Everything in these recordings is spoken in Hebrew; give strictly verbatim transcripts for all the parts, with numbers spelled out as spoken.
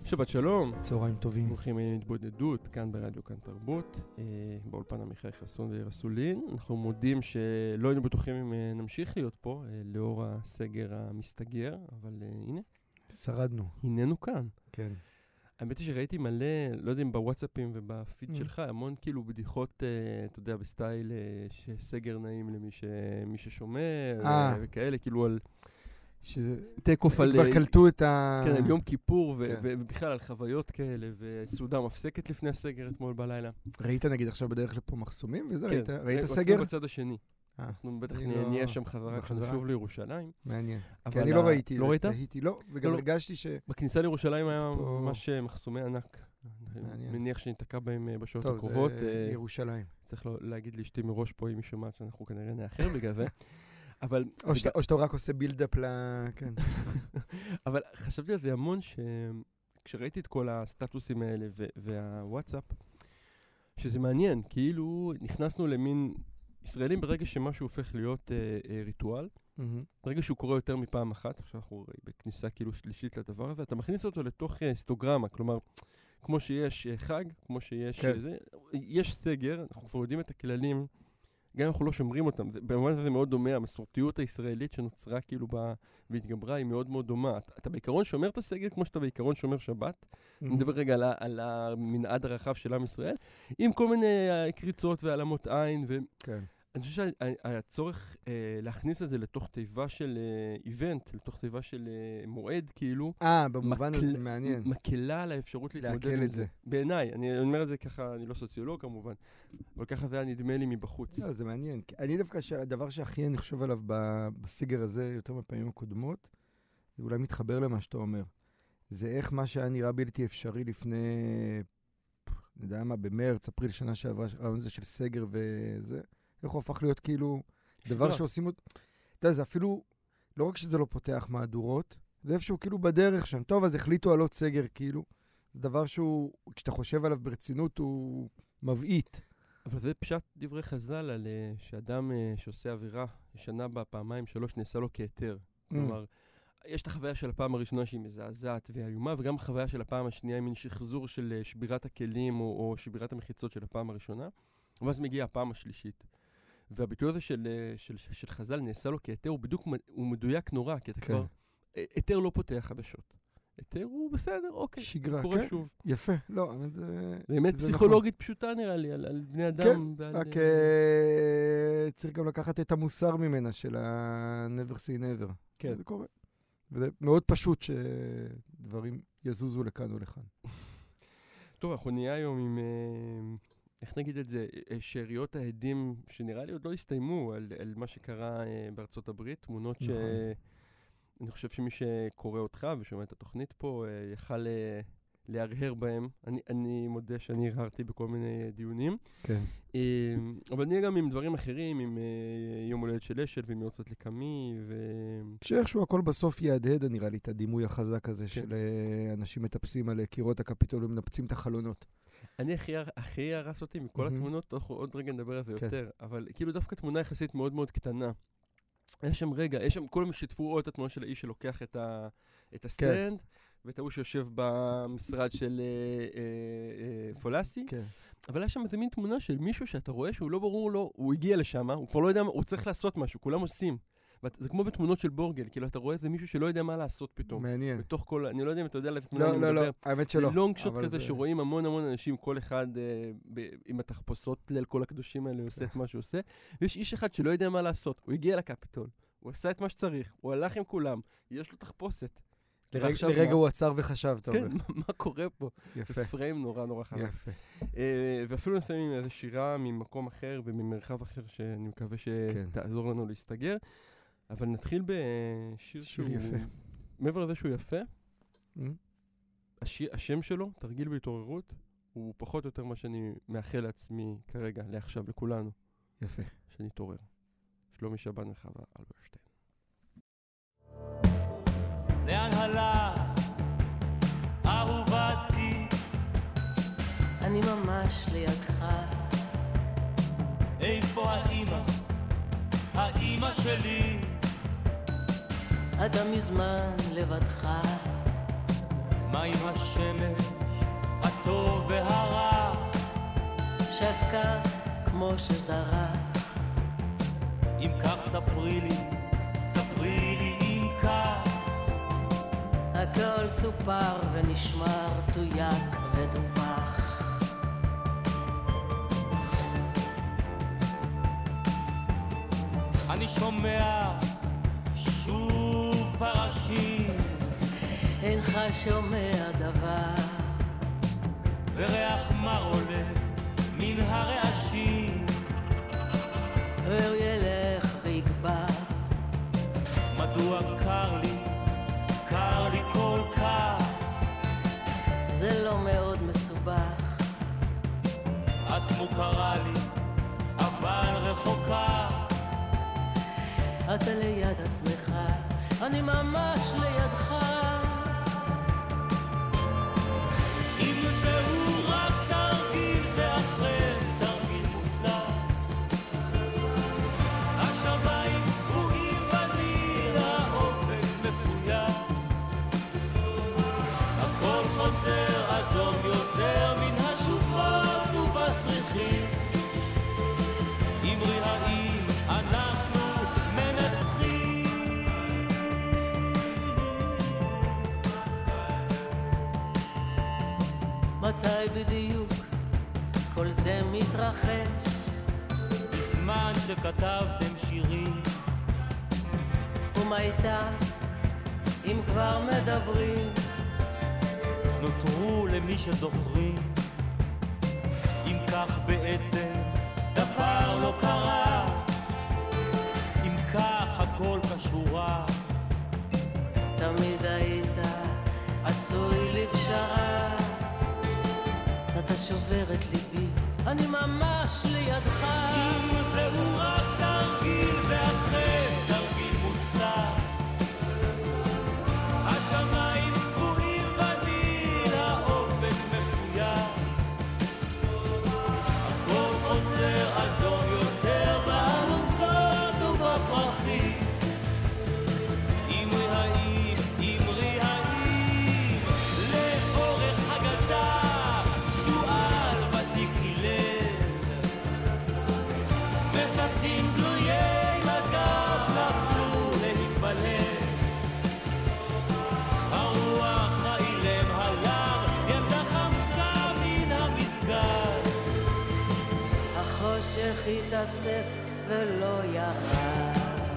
שבת שלום. צהריים טובים. ברוכים להתבודדות, כאן ברדיו כאן תרבות, אה, באולפן עמיחי חסון וירסולין. אנחנו מודים שלא היינו בטוחים אם אה, נמשיך להיות פה, אה, לאור הסגר המסתגר, אבל אה, הנה. שרדנו. הננו כאן. כן. האמת היא שראיתי מלא, לא יודעים, בוואטסאפים ובפיד שלך, המון כאילו בדיחות, אה, אתה יודע, בסטייל אה, שסגר נעים למי ש... מי ששומע, אה. וכאלה, כאילו על... שזה... תקוף על... כבר קלטו את ה... כן, על יום כיפור, ו- כן. ובכלל על חוויות כאלה, וסעודה מפסקת לפני הסגר אתמול בלילה. ראית נגיד עכשיו בדרך לפה מחסומים, וזה כן. ראית, ראית סגר? כן, בצד השני. 아, אנחנו בטח נהיה לא... שם חזרה, כשנשוב לירושלים. מעניין. כי אני לא ראיתי. לא ראית? הייתי, לא, וגם לא, הרגשתי ש... בכניסה לירושלים היה פה... ממש מחסומי ענק. מעניין. מניח שנתקע בהם בשעות טוב, הקרובות. טוב, זה ירושלים. צריך להגיד לאשתי מראש פה, אם היא שומעת שאנחנו כנראה נאחר בגלל זה. אבל... או, שת, או שאתה רק עושה בילדאפ ל... כן. אבל חשבתי על זה המון שכשראיתי את כל הסטטוסים האלה והוואטסאפ, שזה מעניין, כאילו נכנסנו למין ישראלים ברגע שמשהו הופך להיות אה, אה, ריטואל, mm-hmm. ברגע שהוא קורה יותר מפעם אחת, עכשיו אנחנו בכניסה כאילו שלישית לדבר הזה, אתה מכניס אותו לתוך אה, היסטוגרמה, כלומר, כמו שיש אה, חג, כמו שיש כן. זה, יש סגר, אנחנו כבר יודעים את הכללים, גם אם אנחנו לא שומרים אותם, זה, במובן הזה מאוד דומה, המסורתיות הישראלית שנוצרה כאילו בה, והתגברה היא מאוד מאוד דומה. אתה, אתה בעיקרון שומר את הסגר כמו שאתה בעיקרון שומר שבת, mm-hmm. נדבר רגע על, על המנעד הרחב של עם ישראל, עם כל מיני קריצות והעלמות עין, ו... כן. אני חושב שהצורך אה, להכניס את זה לתוך תיבה של אה, איבנט, לתוך תיבה של אה, מועד, כאילו... אה, במובן מקל... הזה מעניין. מקלה על האפשרות להתמודד עם זה. זה. בעיניי, אני אומר את זה ככה, אני לא סוציולוג כמובן, אבל ככה זה היה נדמה לי מבחוץ. לא, זה מעניין. אני דווקא, הדבר שהכי אני חושב עליו בסגר הזה, יותר מהפעמים הקודמות, זה אולי מתחבר למה שאתה אומר. זה איך מה שהיה נראה בלתי אפשרי לפני, אני יודע מה, במרץ, אפריל, שנה שעברה, הרעיון הזה של סגר וזה... איך הוא הפך להיות כאילו דבר שעושים אותו... אתה יודע, זה אפילו, לא רק שזה לא פותח מהדורות, זה איפשהו כאילו בדרך שם. טוב, אז החליטו על עוד סגר, כאילו. זה דבר שהוא, כשאתה חושב עליו ברצינות, הוא מבעית. אבל זה פשט דברי חז"ל על שאדם שעושה עבירה, שנה בה פעמיים, שלוש, נעשה לו כהיתר. כלומר, יש את החוויה של הפעם הראשונה שהיא מזעזעת והיומה, וגם החוויה של הפעם השנייה, מין שחזור של שבירת הכלים או, או שבירת המחיצות של הפעם הראשונה, ואז מגיעה הפעם השלישית. והביטוי הזה של, של, של חז"ל נעשה לו כהיתר, הוא בדיוק, הוא מדויק נורא, כי אתה כן. כבר, היתר לא פותח חדשות. היתר הוא בסדר, אוקיי. שגרה, קורה כן. שוב. יפה, לא, אבל זה... זה באמת פסיכולוגית נכון. פשוטה נראה לי, על, על בני אדם. כן, ועל... רק צריך גם לקחת את המוסר ממנה, של ה-never say never. כן. זה קורה. וזה מאוד פשוט שדברים יזוזו לכאן ולכאן. טוב, אנחנו נהיה היום עם... איך נגיד את זה, שאריות העדים שנראה לי עוד לא הסתיימו על, על מה שקרה uh, בארצות הברית, תמונות נכון. שאני חושב שמי שקורא אותך ושומע את התוכנית פה, uh, יכל uh, להרהר בהם. אני, אני מודה שאני הרהרתי בכל מיני דיונים. כן. Uh, אבל נהיה גם עם דברים אחרים, עם uh, יום הולדת של אשל ועם יורצת לקמי. ו... כשאיכשהו הכל בסוף יעדהד, נראה לי, את הדימוי החזק הזה כן. של uh, אנשים מטפסים על קירות הקפיטול ומנפצים את החלונות. אני הכי, הכי הרס אותי מכל mm-hmm. התמונות, עוד רגע נדבר על זה כן. יותר, אבל כאילו דווקא תמונה יחסית מאוד מאוד קטנה. יש שם רגע, יש שם, כל מי שתפו עוד את התמונה של האיש שלוקח את, ה, את הסטנד, כן. ואת ההוא שיושב במשרד של אה, אה, אה, פולסי, כן. אבל יש שם איזה מין תמונה של מישהו שאתה רואה שהוא לא ברור לו, הוא הגיע לשם, הוא כבר לא יודע, הוא צריך לעשות משהו, כולם עושים. זה כמו בתמונות של בורגל, כאילו אתה רואה את זה מישהו שלא יודע מה לעשות פתאום. מעניין. בתוך כל, אני לא יודע אם אתה יודע לתמונה לא, אני לא, מדבר. לא, האמת שלא. זה לונג שוט כזה זה... שרואים המון המון אנשים, כל אחד אה, ב- עם התחפושות ליל כל הקדושים האלה, עושה את מה שהוא עושה. ויש איש אחד שלא יודע מה לעשות, הוא הגיע לקפיטול, הוא עשה את מה שצריך, הוא הלך עם כולם, יש לו תחפושת. לרג... לרגע מה... הוא עצר וחשב, טוב. כן, מה קורה פה? יפה. פריים נורא נורא חלק. יפה. אה, ואפילו נסיים עם איזו שירה ממקום אחר וממרחב אחר שאני מקווה שתעזור לנו להסתגר. אבל נתחיל בשיר שהוא... יפה. מעבר לזה שהוא יפה, mm-hmm. השיר, השם שלו, תרגיל בהתעוררות, הוא פחות או יותר מה שאני מאחל לעצמי כרגע, לעכשיו, לכולנו. יפה. שנתעורר. שלומי שבן וחווה אלברשטיין. לאן הלך, אהובתי? אני ממש לידך. איפה האמא? האמא שלי? אתה מזמן לבדך. מה עם השמש, הטוב והרע? שקע כמו שזרח. אם כך ספרי לי, ספרי לי אם כך. הכל סופר ונשמר, תויק ודווח. אני שומע שוב פרשים, אינך שומע דבר, וריח מר עולה מן הרעשים, והוא ילך ויגבר. מדוע קר לי, קר לי כל כך? זה לא מאוד מסובך, את מוכרה לי, אבל רחוקה. אתה ליד עצמך, אני ממש לידך. אם זהו רק תרגיל, זה אכן תרגיל מוצלח. השמיים צבועים ואני האופק מפויח. הכל חוזר אדום יותר מן השוחות ובצריחים. אמרי האם אנחנו מנצחים? מתי בדיוק כל זה מתרחש? בזמן שכתבתם שירים, ומה איתם אם כבר מדברים? נותרו למי שזוכרים. אם כך בעצם דבר לא קרה, אם כך הכל קשורה. תמיד היית עשוי לפשרה. אתה שובר את ליבי, אני ממש לידך. אם זהו רק תרגיל, זה אכן תרגיל מוצלח. השמיים צבועים ואני האופק מפויח. הכל חוזר אדום יותר באלונקות ובפרחים. אמרי האם, אמרי האם, לאורך הגדה שועל ותיק הלל. מפקדים גלויי מג"ב נפלו להתפלל. הרוח האילם הלם, ילדה חמקה מן המסגד. החושך התאסף ולא ירד.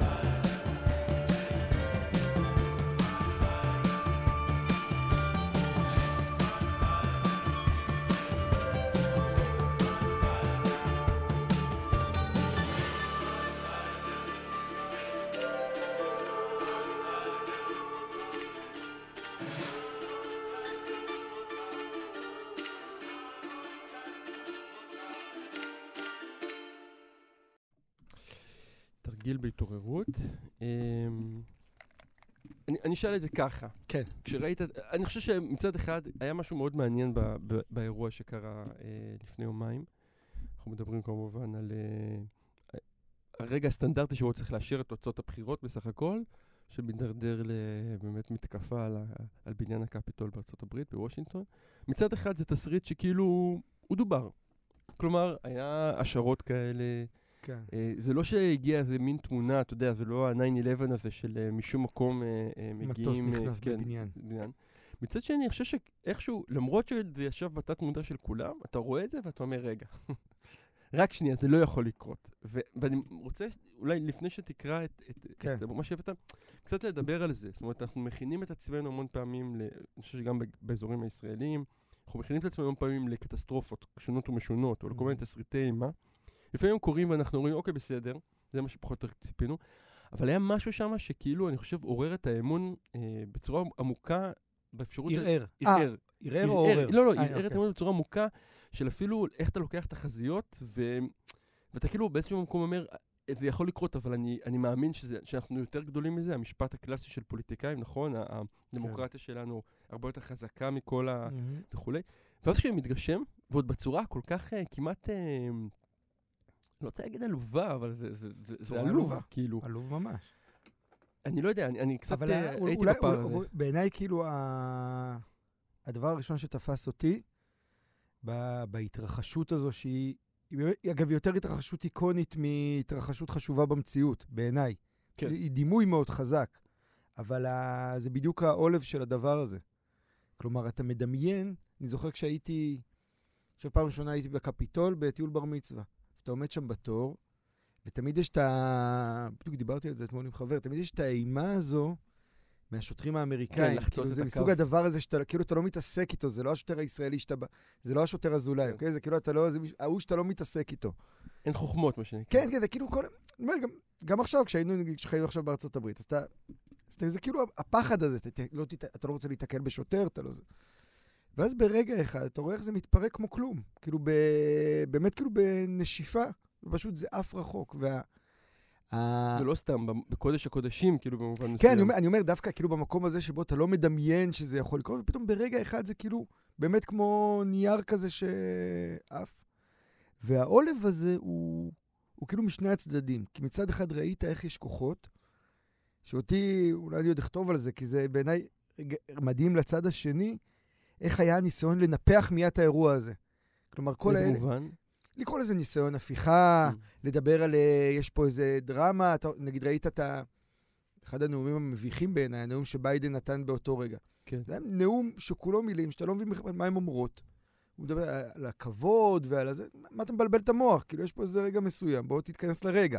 תרגיל בהתעוררות. אמ, אני אני אשאל את זה ככה. כן. כשראית, אני חושב שמצד אחד היה משהו מאוד מעניין ב- ב- באירוע שקרה אה, לפני יומיים. אנחנו מדברים כמובן על אה, הרגע הסטנדרטי שבו צריך לאשר את תוצאות הבחירות בסך הכל, שמתדרדר לבאמת מתקפה על, ה- על בניין הקפיטול בארצות הברית, בוושינגטון. מצד אחד זה תסריט שכאילו הוא דובר. כלומר, היה השערות כאלה. כן. אה, זה לא שהגיע איזה מין תמונה, אתה יודע, זה לא ה-ניין אלבן הזה של אה, משום מקום אה, אה, מגיעים... מטוס אה, נכנס כן, בבניין. בניין. מצד שני, אני חושב שאיכשהו, למרות שזה ישב בתת מודע של כולם, אתה רואה את זה ואתה אומר, רגע, רק שנייה, זה לא יכול לקרות. ו- ואני רוצה, אולי לפני שתקרא את, את, כן. את מה שהבאת, קצת לדבר על זה. זאת אומרת, אנחנו מכינים את עצמנו המון פעמים, ל- אני חושב שגם ב- באזורים הישראליים, אנחנו מכינים את עצמנו המון פעמים לקטסטרופות שונות ומשונות, או לכל מיני תסריטי אימה. לפעמים הם קוראים ואנחנו אומרים, אוקיי, בסדר, זה מה שפחות ציפינו, אבל היה משהו שם שכאילו, אני חושב, עורר את האמון אה, בצורה עמוקה, באפשרות... ערער. ערער. ערער או עורר? לא, לא, אה, ערער את אוקיי. האמון בצורה עמוקה, של אפילו איך אתה לוקח את החזיות, ו... ואתה כאילו באיזשהו מקום אומר, זה יכול לקרות, אבל אני, אני מאמין שזה, שאנחנו יותר גדולים מזה, המשפט הקלאסי של פוליטיקאים, נכון? הדמוקרטיה שלנו הרבה יותר חזקה מכל ה... מהמם. וכולי. ואז כשהוא מתגשם, ועוד בצורה כל כך uh, כמעט, uh, לא רוצה להגיד עלובה, אבל זה, זה, זה, זה צורה עלוב, עלובה. כאילו. עלוב ממש. אני לא יודע, אני, אני קצת אבל uh, ה- הייתי אולי- בפער אולי- הזה. בעיניי כאילו ה- הדבר הראשון שתפס אותי, ב- בהתרחשות הזו, שהיא, היא, היא אגב יותר התרחשות איקונית מהתרחשות חשובה במציאות, בעיניי. כן. היא דימוי מאוד חזק, אבל ה- זה בדיוק העולב של הדבר הזה. כלומר, אתה מדמיין, אני זוכר כשהייתי, עכשיו פעם ראשונה הייתי בקפיטול בטיול בר מצווה. אתה עומד שם בתור, ותמיד יש את ה... בדיוק דיברתי על זה אתמול עם חבר, תמיד יש את האימה הזו מהשוטרים האמריקאים. כן, לחצות כאילו את זה הקו. מסוג הדבר הזה שאתה, כאילו אתה לא מתעסק איתו, זה לא השוטר הישראלי שאתה, ב- זה לא השוטר הזולאי, אוקיי? זה כאילו אתה לא, זה מיש- ההוא שאתה לא מתעסק איתו. אין חוכמות, מה שנקרא. כן, כן, זה כאילו כל... אני אומר, גם, גם עכשיו, כשהיינו, כשחיינו עכשיו בארצות הברית, אז אתה... אז אתה- זה כאילו הפחד הזה, אתה, לא, תת- אתה לא רוצה להתקל בשוטר, אתה לא זה. ואז ברגע אחד, אתה רואה איך זה מתפרק כמו כלום. כאילו, ב, באמת כאילו בנשיפה, ופשוט זה אף רחוק. וה... ה- זה לא סתם, בקודש הקודשים, כאילו במובן מסוים. כן, אני אומר, אני אומר דווקא כאילו במקום הזה שבו אתה לא מדמיין שזה יכול לקרות, ופתאום ברגע אחד זה כאילו באמת כמו נייר כזה שעף. והעולב הזה הוא, הוא כאילו משני הצדדים. כי מצד אחד ראית איך יש כוחות, שאותי, אולי אני עוד אכתוב על זה, כי זה בעיניי מדהים לצד השני, איך היה הניסיון לנפח מיד את האירוע הזה. כלומר, כל האלה... במובן. לקרוא לזה ניסיון הפיכה, Mm. לדבר על, אה, יש פה איזה דרמה, אתה, נגיד ראית את ה... אחד הנאומים המביכים בעיניי, הנאום שביידן נתן באותו רגע. כן. זה היה נאום שכולו מילים, שאתה לא מבין בכלל מה הן אומרות. הוא מדבר על הכבוד ועל הזה, מה אתה מבלבל את המוח? כאילו יש פה איזה רגע מסוים, בואו תתכנס לרגע.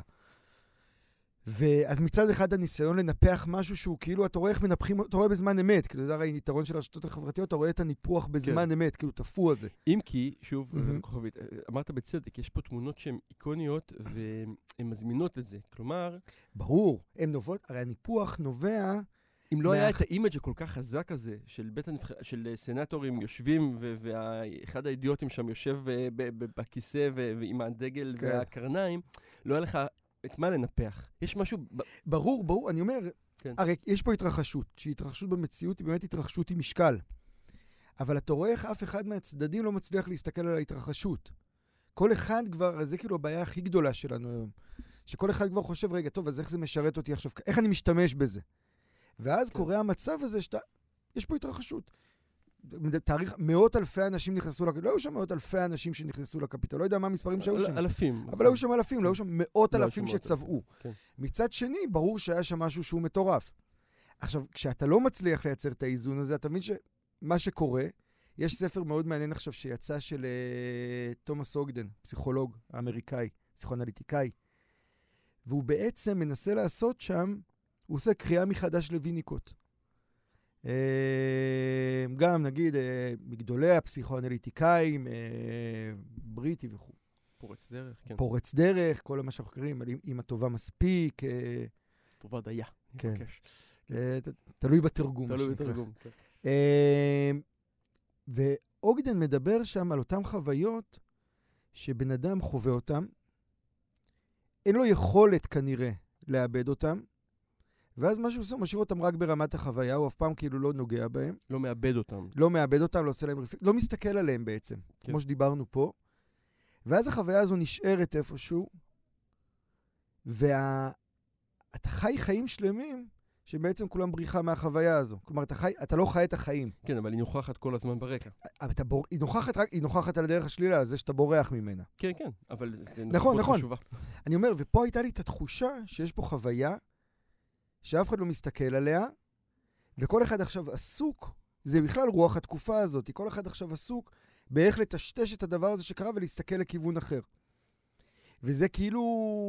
ואז מצד אחד הניסיון לנפח משהו שהוא כאילו, אתה רואה איך מנפחים, אתה רואה בזמן אמת, כאילו זה הרי יתרון של הרשתות החברתיות, אתה רואה את הניפוח בזמן כן. אמת, כאילו תפו על זה. אם כי, שוב, מהמם. כוכבית, אמרת בצדק, יש פה תמונות שהן איקוניות והן מזמינות את זה. כלומר, ברור, הם נובעות, הרי הניפוח נובע, אם לא היה מאח- את האימג' הכל כך חזק הזה, של בית הנבחר... של סנטורים יושבים, ואחד האידיוטים שם יושב אה, ב- ב- בכיסא ו- ועם הדגל כן. והקרניים, לא היה לך את מה לנפח. יש משהו... ב- ברור, ברור, אני אומר, כן. הרי יש פה התרחשות, שהיא התרחשות במציאות, היא באמת התרחשות עם משקל. אבל אתה רואה איך אף אחד מהצדדים לא מצליח להסתכל על ההתרחשות. כל אחד כבר, זה כאילו הבעיה הכי גדולה שלנו היום, שכל אחד כבר חושב, רגע, טוב, אז איך זה משרת אותי עכשיו? איך אני משתמש בזה? ואז כן. קורה המצב הזה שאתה, יש פה התרחשות. תאריך, מאות אלפי אנשים נכנסו לקפיטול, לא היו שם מאות אלפי אנשים שנכנסו לקפיטול, לא יודע מה המספרים שהיו שם. אלפים. אבל היו שם אלפים, לא היו שם מאות לא היו אלפים שם מאות שצבעו. כן. מצד שני, ברור שהיה שם משהו שהוא מטורף. עכשיו, כשאתה לא מצליח לייצר את האיזון הזה, אתה מבין שמה שקורה, יש ספר מאוד מעניין עכשיו שיצא של uh, תומאס אוגדן, פסיכולוג אמריקאי, פסיכואנליטיקאי, והוא בעצם מנסה לעשות שם, הוא עושה קריאה מחדש לוויניקוט. Uh, גם נגיד, uh, מגדולי הפסיכואנליטיקאים, uh, בריטי וכו'. פורץ דרך, כן. פורץ דרך, כל מה שאנחנו קוראים, אם הטובה מספיק, uh, טובה דייה. כן. אני מבקש. uh, ת, תלוי בתרגום. מה תלוי שנקרא. בתרגום, כן. Uh, ואוגדן מדבר שם על אותם חוויות שבן אדם חווה אותם, אין לו יכולת כנראה לאבד אותם, ואז מה שהוא עושה, הוא משאיר אותם רק ברמת החוויה, הוא אף פעם כאילו לא נוגע בהם, לא מאבד אותם. לא מאבד אותם, לא עושה להם רפיק, לא מסתכל עליהם בעצם, כן. כמו שדיברנו פה, ואז החוויה הזו נשארת איפשהו, ואתה חי חיים שלמים, שבעצם כולם בריחה מהחוויה הזו. כלומר, אתה, חי, אתה לא חי את החיים. כן, אבל היא נוכחת כל הזמן ברקע. אתה בור... היא, נוכחת רק... היא נוכחת על הדרך השלילה, זה שאתה בורח ממנה. כן, כן, אבל זה נכון, נוכחות נכון. חשובה. אני אומר, ופה הייתה לי את התחושה שיש פה חוויה שאף אחד לא מסתכל עליה, וכל אחד עכשיו עסוק, זה בכלל רוח התקופה הזאת, כל אחד עכשיו עסוק באיך לטשטש את הדבר הזה שקרה ולהסתכל לכיוון אחר. וזה כאילו...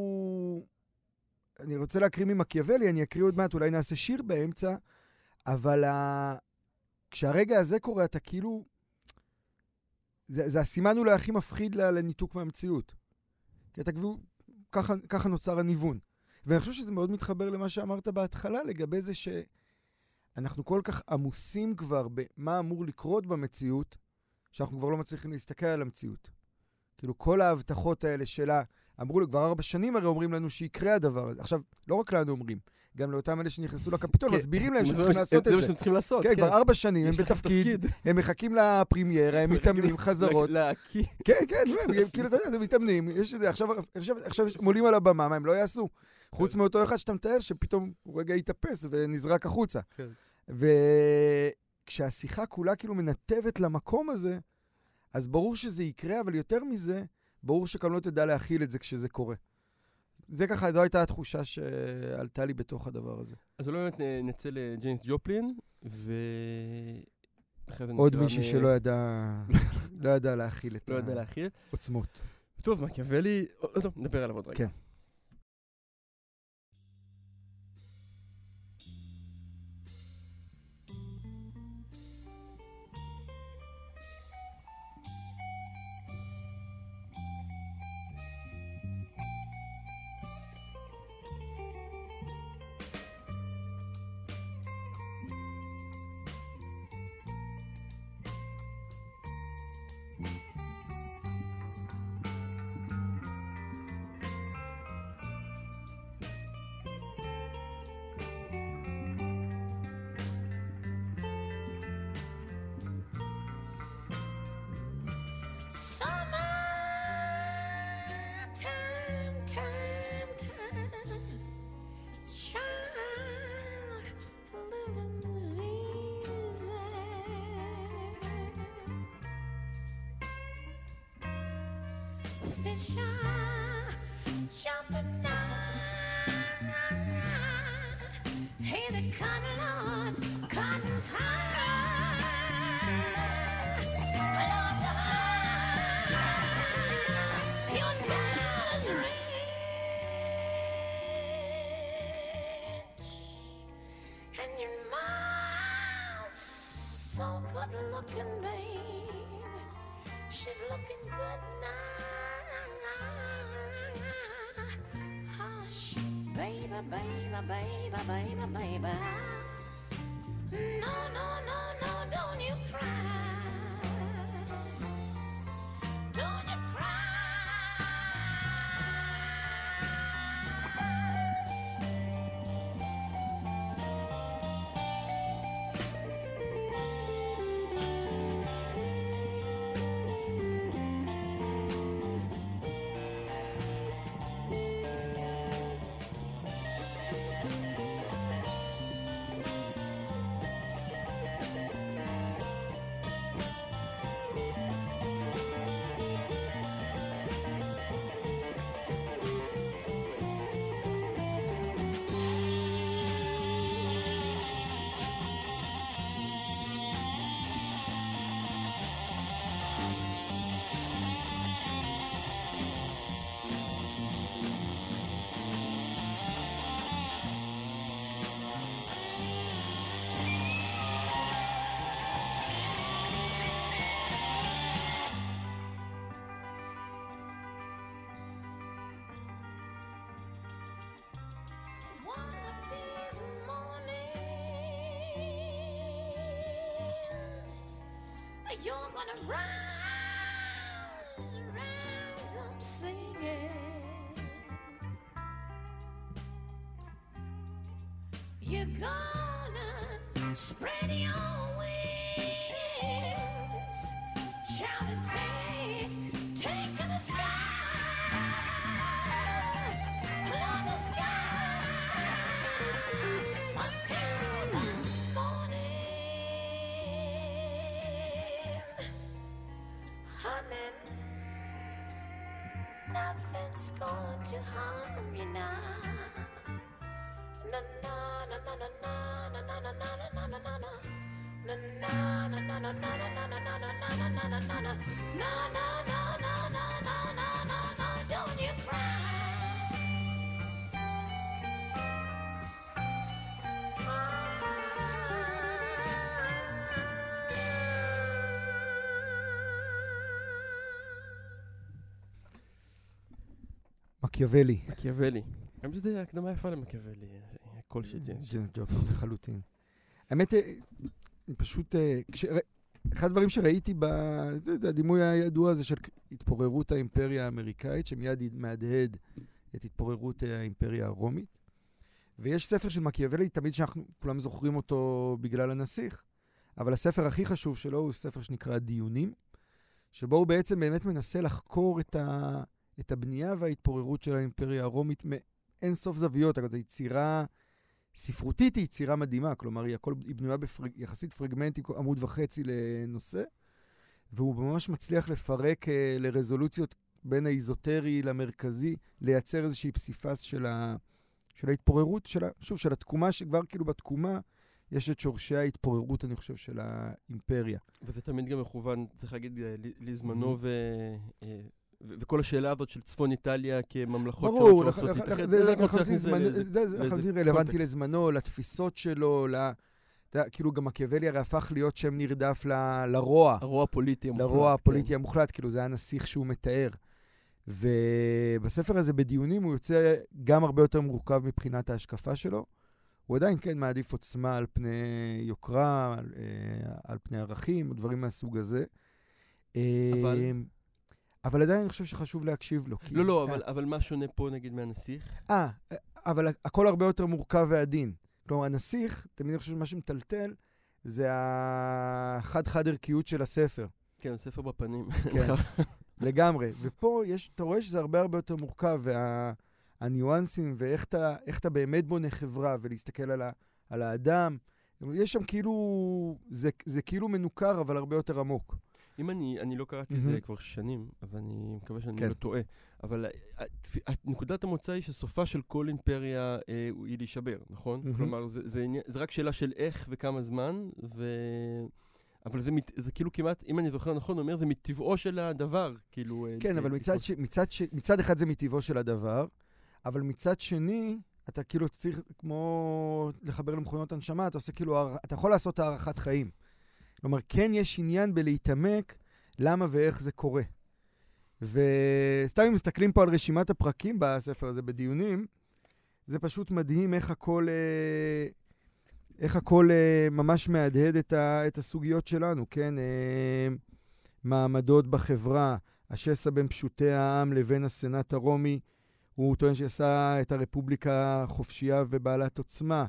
אני רוצה להקריא ממקיאוולי, אני אקריא עוד מעט, אולי נעשה שיר באמצע, אבל ה... כשהרגע הזה קורה, אתה כאילו... זה, זה הסימן אולי הכי מפחיד לניתוק מהמציאות. כי אתה כבר... ככה, ככה נוצר הניוון. ואני חושב שזה מאוד מתחבר למה שאמרת בהתחלה, לגבי זה שאנחנו כל כך עמוסים כבר במה אמור לקרות במציאות, שאנחנו כבר לא מצליחים להסתכל על המציאות. כאילו כל ההבטחות האלה שלה, אמרו לו, כבר ארבע שנים הרי אומרים לנו שיקרה הדבר הזה. עכשיו, לא רק לנו אומרים, גם לאותם אלה שנכנסו לקפיטול, מסבירים להם שצריכים לעשות את זה. זה מה שהם צריכים לעשות. כן, כבר ארבע שנים, הם בתפקיד, הם מחכים לפרימיירה, הם מתאמנים, חזרות. כן, כן, כאילו, אתה יודע, הם מתאמנים, יש את זה, עכשיו הם עולים על הבמה, מה הם לא יעשו? חוץ מאותו אחד שאתה מתאר, שפתאום הוא רגע יתאפס ונזרק החוצה. כשהשיחה כולה כאילו מנתבת למקום הזה, אז ברור שזה יקרה, אבל יותר מזה, ברור שגם לא תדע להכיל את זה כשזה קורה. זה ככה, זו הייתה התחושה שעלתה לי בתוך הדבר הזה. אז אולי באמת נצא לג'יימס ג'ופלין, ו... עוד מישהי שלא ידע, לא ידע להכיל את העוצמות. טוב, מקיאוולי, טוב, נדבר עליו עוד רגע. כן. Fish are jumping now. Hey, the cotton Lord, cotton's high. Lord's high. Your dollar's rich, and your mom's so good looking, babe. She's looking good now. Hush, baby, baby, baby, baby, baby. No, no, no, no, don't you cry. Don't you cry. You're gonna rise, rise up singing. You're gonna spread your wings, shout and take, take to the sky, love the sky, until the nothing's going to harm you now. Na na na na na na na na na na na na na. Na na na na na na na na na na na na na na na. Na na na na na na na na na. Don't you cry. מקיאוולי. מקיאוולי. האמת שזה הקדמה יפה למקיאוולי, הקול של ג'יימס. ג'יימס ג'ופלין, לחלוטין. האמת, פשוט, אחד הדברים שראיתי בדימוי הידוע הזה של התפוררות האימפריה האמריקאית, שמיד מהדהד את התפוררות האימפריה הרומית. ויש ספר של מקיאוולי, תמיד שאנחנו כולם זוכרים אותו בגלל הנסיך, אבל הספר הכי חשוב שלו הוא ספר שנקרא דיונים, שבו הוא בעצם באמת מנסה לחקור את ה... את הבנייה וההתפוררות של האימפריה הרומית מאין סוף זוויות. אגב, זו יצירה ספרותית היא יצירה מדהימה, כלומר, היא, הכל, היא בנויה ביחסית פרגמנטים, עמוד וחצי לנושא, והוא ממש מצליח לפרק אה, לרזולוציות בין האיזוטרי למרכזי, לייצר איזושהי פסיפס של, ה, של ההתפוררות, של ה, שוב, של התקומה, שכבר כאילו בתקומה, יש את שורשי ההתפוררות, אני חושב, של האימפריה. וזה תמיד גם מכוון, צריך להגיד, לזמנו ו... וכל השאלה הזאת של צפון איטליה כממלכות ברור, שרוצות להתאחד. זה לחלוטין רלוונטי לזמנו, לתפיסות שלו, כאילו גם מקיאוולי הרי הפך להיות שם נרדף לרוע. הרוע הפוליטי המוחלט. לרוע הפוליטי המוחלט, כאילו זה היה נסיך שהוא מתאר. ובספר הזה בדיונים הוא יוצא גם הרבה יותר מורכב מבחינת ההשקפה שלו. הוא עדיין כן מעדיף עוצמה על פני יוקרה, על, על פני ערכים, דברים מהסוג הזה. אבל... אבל עדיין אני חושב שחשוב להקשיב לו. לא, לא, אבל, אבל מה שונה פה נגיד מהנסיך? אה, אבל הכל הרבה יותר מורכב ועדין. כלומר, הנסיך, תמיד אני חושב שמה שמטלטל, זה החד-חד ערכיות של הספר. כן, ספר בפנים. כן, לגמרי. ופה יש, אתה רואה שזה הרבה הרבה יותר מורכב, והניואנסים, ואיך אתה, איך אתה באמת בונה חברה, ולהסתכל על, ה, על האדם. יש שם כאילו, זה, זה כאילו מנוכר, אבל הרבה יותר עמוק. אם אני, אני לא קראתי את זה כבר שנים, אז אני מקווה שאני כן. לא טועה, אבל נקודת המוצא היא שסופה של כל אימפריה אה, היא להישבר, נכון? Mm-hmm. כלומר, זה, זה, זה רק שאלה של איך וכמה זמן, ו... אבל זה, זה כאילו כמעט, אם אני זוכר נכון, אומר, זה מטבעו של הדבר, כאילו... כן, אה, אבל אה, מצד, ש... מצד, ש... מצד אחד זה מטבעו של הדבר, אבל מצד שני, אתה כאילו צריך, כמו לחבר למכונות הנשמה, אתה עושה כאילו, אתה יכול לעשות הערכת חיים. כלומר, כן יש עניין בלהתעמק למה ואיך זה קורה. וסתם אם מסתכלים פה על רשימת הפרקים בספר הזה בדיונים, זה פשוט מדהים איך הכל, איך הכל ממש מהדהד את, ה, את הסוגיות שלנו, כן? מעמדות בחברה, השסע בין פשוטי העם לבין הסנאט הרומי, הוא טוען שעשה את הרפובליקה חופשייה ובעלת עוצמה.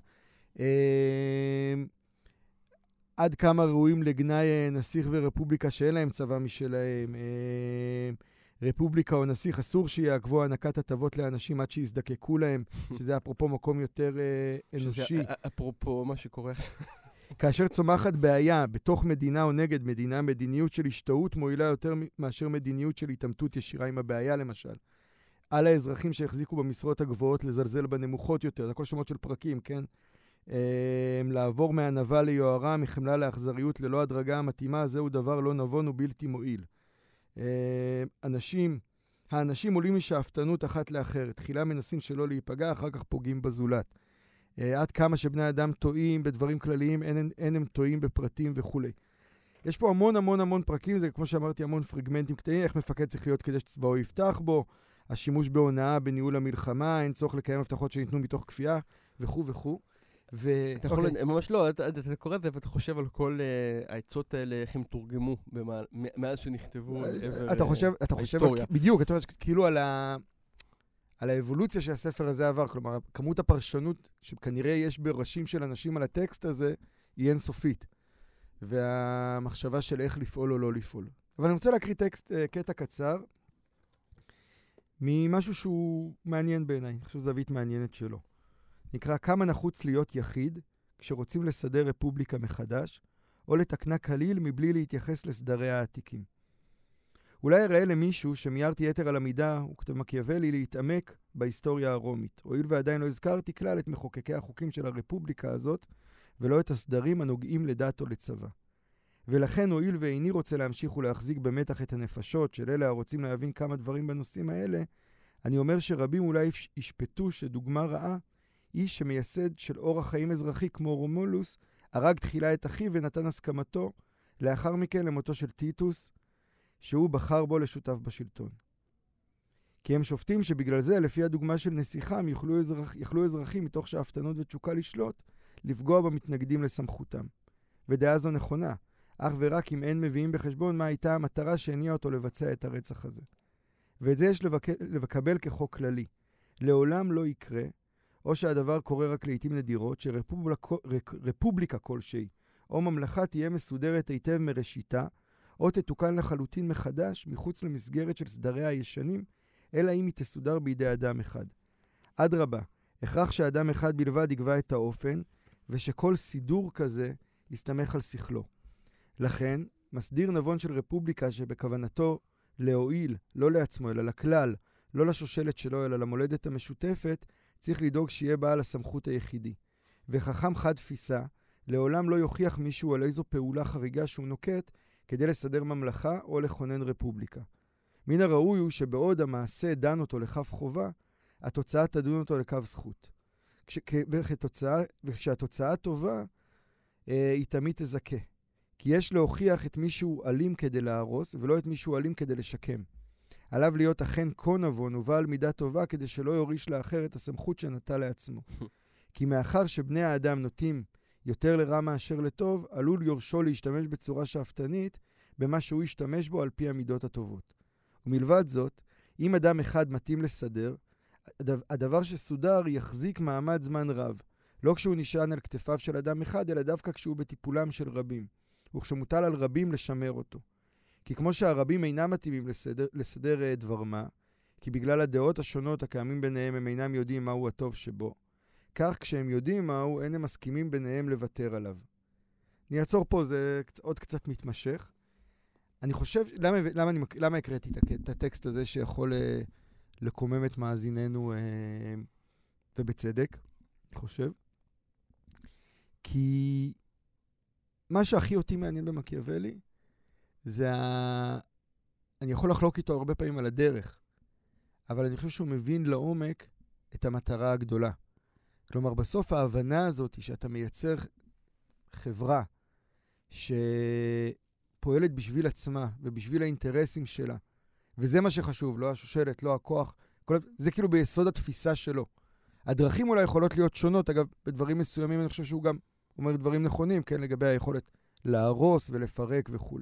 עד כמה ראויים לגנאי נסיך ורפובליקה שאין להם צבא משלהם. רפובליקה או נסיך, אסור שיעקבו הענקת הטבות לאנשים עד שיזדקקו להם, שזה אפרופו מקום יותר אנושי. אפרופו מה שקורה. כאשר צומחת בעיה בתוך מדינה או נגד מדינה, מדיניות של השתאות מועילה יותר מאשר מדיניות של התעמתות ישירה עם הבעיה, למשל. על האזרחים שהחזיקו במשרות הגבוהות לזלזל בנמוכות יותר, זה הכל שמות של פרקים, כן? לעבור מענווה ליוהרה, מחמלה לאכזריות ללא הדרגה המתאימה, זהו דבר לא נבון ובלתי מועיל. אנשים, האנשים עולים משאפתנות אחת לאחרת, תחילה מנסים שלא להיפגע, אחר כך פוגעים בזולת. עד כמה שבני אדם טועים בדברים כלליים, אין, אין הם טועים בפרטים וכו'. יש פה המון המון המון פרקים, זה כמו שאמרתי, המון פרגמנטים קטעים, איך מפקד צריך להיות כדי שצבאו יפתח בו, השימוש בהונאה בניהול המלחמה, אין צורך לקיים הבטחות שניתנו מתוך כפייה, וכו' וכו'. אתה יכול, ממש לא, אתה קורא את זה ואתה חושב על כל העצות האלה, איך הם תורגמו מאז שנכתבו עבר ההיסטוריה. בדיוק, אתה חושב כאילו על האבולוציה שהספר הזה עבר, כלומר, כמות הפרשנות שכנראה יש בראשים של אנשים על הטקסט הזה, היא אינסופית. והמחשבה של איך לפעול או לא לפעול. אבל אני רוצה להקריא טקסט, קטע קצר, ממשהו שהוא מעניין בעיניי, אני חושב זווית מעניינת שלו. נקרא כמה נחוץ להיות יחיד כשרוצים לסדר רפובליקה מחדש, או לתקנה כליל מבלי להתייחס לסדרי העתיקים. אולי יראה למישהו שמיירתי יתר על המידה, הוא כתב מקיאוולי, להתעמק בהיסטוריה הרומית. הואיל ועדיין לא הזכרתי כלל את מחוקקי החוקים של הרפובליקה הזאת, ולא את הסדרים הנוגעים לדת או לצבא. ולכן הואיל ואיני רוצה להמשיך ולהחזיק במתח את הנפשות של אלה הרוצים להבין כמה דברים בנושאים האלה, אני אומר שרבים אולי ישפטו שדוגמה רעה, איש שמייסד של אורח חיים אזרחי כמו רומולוס, הרג תחילה את אחיו ונתן הסכמתו, לאחר מכן למותו של טיטוס, שהוא בחר בו לשותף בשלטון. כי הם שופטים שבגלל זה, לפי הדוגמה של נסיכם, יכלו, אזרח, יכלו אזרחים מתוך שאפתנות ותשוקה לשלוט, לפגוע במתנגדים לסמכותם. ודעה זו נכונה, אך ורק אם אין מביאים בחשבון מה הייתה המטרה שהניעה אותו לבצע את הרצח הזה. ואת זה יש לבק... לבקבל כחוק כללי. לעולם לא יקרה, או שהדבר קורה רק לעתים נדירות, שרפובליקה כלשהי, או ממלכה תהיה מסודרת היטב מראשיתה, או תתוקן לחלוטין מחדש, מחוץ למסגרת של סדריה הישנים, אלא אם היא תסודר בידי אדם אחד. אדרבה, הכרח שאדם אחד בלבד יקבע את האופן, ושכל סידור כזה יסתמך על שכלו. לכן, מסדיר נבון של רפובליקה שבכוונתו להועיל, לא לעצמו, אלא לכלל, לא לשושלת שלו, אלא למולדת המשותפת, צריך לדאוג שיהיה בעל הסמכות היחידי. וחכם חד תפיסה, לעולם לא יוכיח מישהו על איזו פעולה חריגה שהוא נוקט כדי לסדר ממלכה או לכונן רפובליקה. מן הראוי הוא שבעוד המעשה דן אותו לכף חובה, התוצאה תדון אותו לקו זכות. כש, וכתוצאה, וכשהתוצאה טובה, אה, היא תמיד תזכה. כי יש להוכיח את מישהו אלים כדי להרוס, ולא את מישהו אלים כדי לשקם. עליו להיות אכן כה נבון ובעל מידה טובה, כדי שלא יוריש לאחר את הסמכות שנטל לעצמו. כי מאחר שבני האדם נוטים יותר לרע מאשר לטוב, עלול יורשו להשתמש בצורה שאפתנית, במה שהוא ישתמש בו על פי המידות הטובות. ומלבד זאת, אם אדם אחד מתאים לסדר, הדבר שסודר יחזיק מעמד זמן רב, לא כשהוא נשען על כתפיו של אדם אחד, אלא דווקא כשהוא בטיפולם של רבים, וכשמוטל על רבים לשמר אותו. כי כמו שהרבים אינם מתאימים לסדר, לסדר uh, דבר מה, כי בגלל הדעות השונות הקיימים ביניהם הם אינם יודעים מהו הטוב שבו, כך כשהם יודעים מהו, אין הם מסכימים ביניהם לוותר עליו. אני אעצור פה, זה עוד קצת מתמשך. אני חושב, למה, למה, אני, למה הקראתי את, את הטקסט הזה שיכול uh, לקומם את מאזיננו uh, ובצדק, אני חושב? כי מה שהכי אותי מעניין במקיאוולי, זה ה... אני יכול לחלוק איתו הרבה פעמים על הדרך, אבל אני חושב שהוא מבין לעומק את המטרה הגדולה. כלומר, בסוף ההבנה הזאת שאתה מייצר חברה שפועלת בשביל עצמה ובשביל האינטרסים שלה, וזה מה שחשוב, לא השושלת, לא הכוח, כל... זה כאילו ביסוד התפיסה שלו. הדרכים אולי יכולות להיות שונות, אגב, בדברים מסוימים אני חושב שהוא גם אומר דברים נכונים, כן, לגבי היכולת להרוס ולפרק וכו'.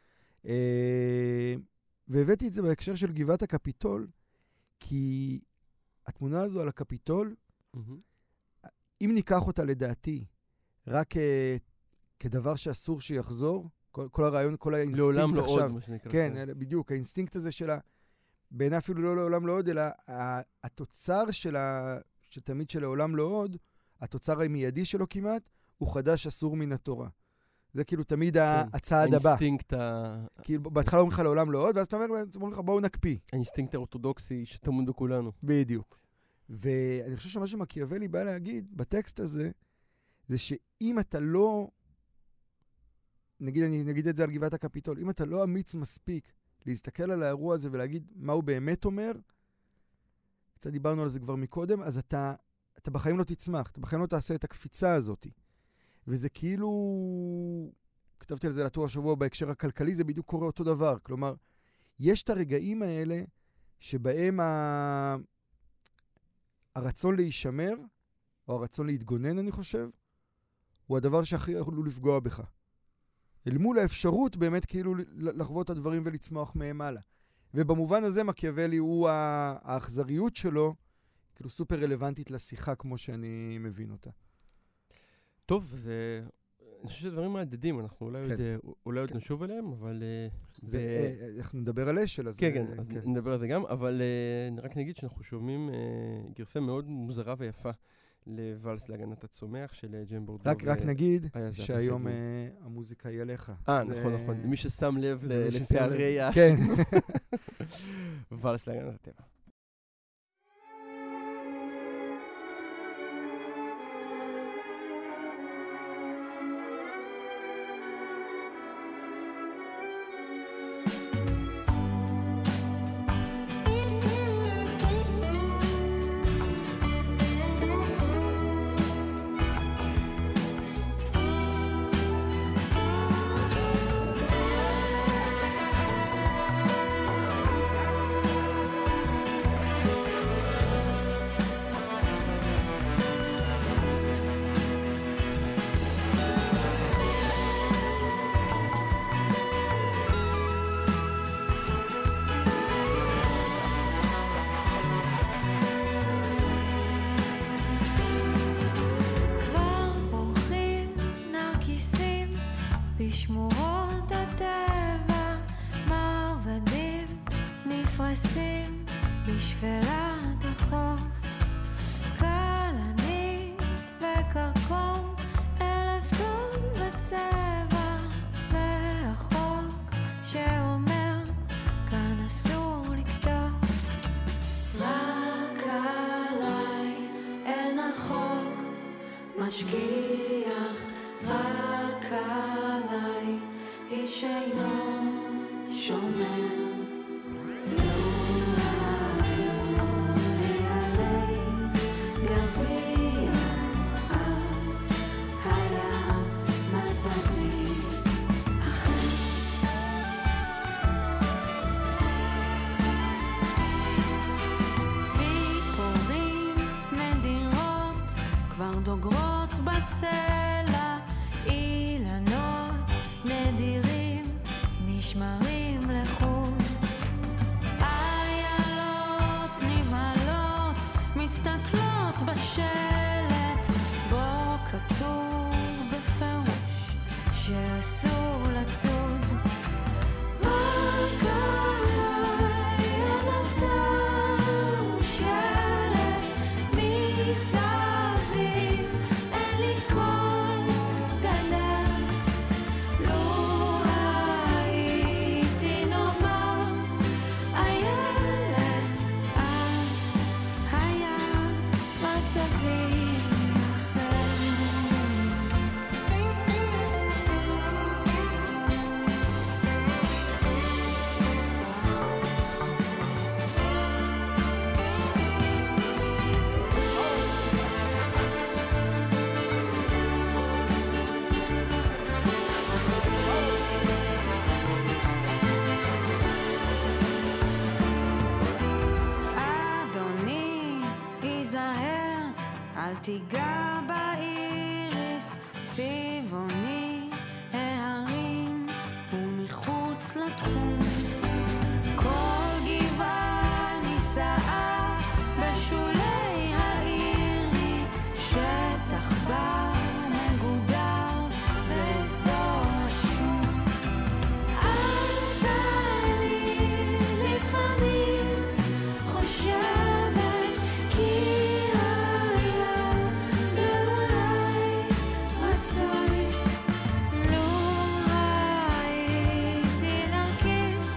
והבאתי את זה בהקשר של גבעת הקפיטול, כי התמונה הזו על הקפיטול, אם ניקח אותה לדעתי, רק כדבר שאסור שיחזור, כל הרעיון, כל האינסטינקט עכשיו. לעולם לא עוד, מה שנקרא. כן, בדיוק, האינסטינקט הזה שלה, בעיני אפילו לא לעולם לא עוד, אלא התוצר שלה, שתמיד שלעולם לא עוד, התוצר המיידי שלו כמעט, הוא חדש אסור מן התורה. זה כאילו תמיד הצעד הבא. האינסטינקט ה... כאילו בהתחלה אומרים לך לעולם לא עוד, ואז אתה אומר, אומרים לך בואו נקפיא. האינסטינקט האורתודוקסי שטמון בכולנו. בדיוק. ואני חושב שמה שמקיאוולי בא להגיד בטקסט הזה, זה שאם אתה לא, נגיד, אני נגיד את זה על גבעת הקפיטול, אם אתה לא אמיץ מספיק להסתכל על האירוע הזה ולהגיד מה הוא באמת אומר, קצת דיברנו על זה כבר מקודם, אז אתה, אתה בחיים לא תצמח, אתה בחיים לא תעשה את הקפיצה הזאת. וזה כאילו, כתבתי על זה לטור השבוע בהקשר הכלכלי, זה בדיוק קורה אותו דבר. כלומר, יש את הרגעים האלה שבהם ה... הרצון להישמר, או הרצון להתגונן, אני חושב, הוא הדבר שהכי עלול לפגוע בך. אל מול האפשרות באמת כאילו לחוות את הדברים ולצמוח מהם הלאה. ובמובן הזה מקיאוולי הוא האכזריות שלו, כאילו סופר רלוונטית לשיחה כמו שאני מבין אותה. טוב, זה... אני חושב שדברים מעדדים, אנחנו אולי, כן. עוד, אולי כן. עוד נשוב עליהם, אבל... זה, ב... אנחנו נדבר על אשל, אז... כן, כן, אז כן. נדבר על זה גם, אבל uh, רק נגיד שאנחנו שומעים uh, גרסה מאוד מוזרה ויפה לוואלס להגנת הצומח של ג'יין בורדו. רק, רק נגיד שהיום uh, המוזיקה היא עליך. אה, נכון, נכון. מי ששם לב לפערי ה... כן. וואלס להגנת הטבע. משגיח רק עליי, איש אינו שומר. דוגרות בסלע, אילנות נדירים נשמרים לחוד. איילות נבהלות מסתכלות בשלט, בו כתוב בפירוש שאסור לצוד. רק עליי הנסעו שלט מסע תיגע באיריס צבעוני ההרים ומחוץ לתחום. כל גבעה נישאה בשולי העיר היא שטח בר מגודר ואזור השום. אז אני לפעמים חושבת כי רצוי לו הייתי נרקיד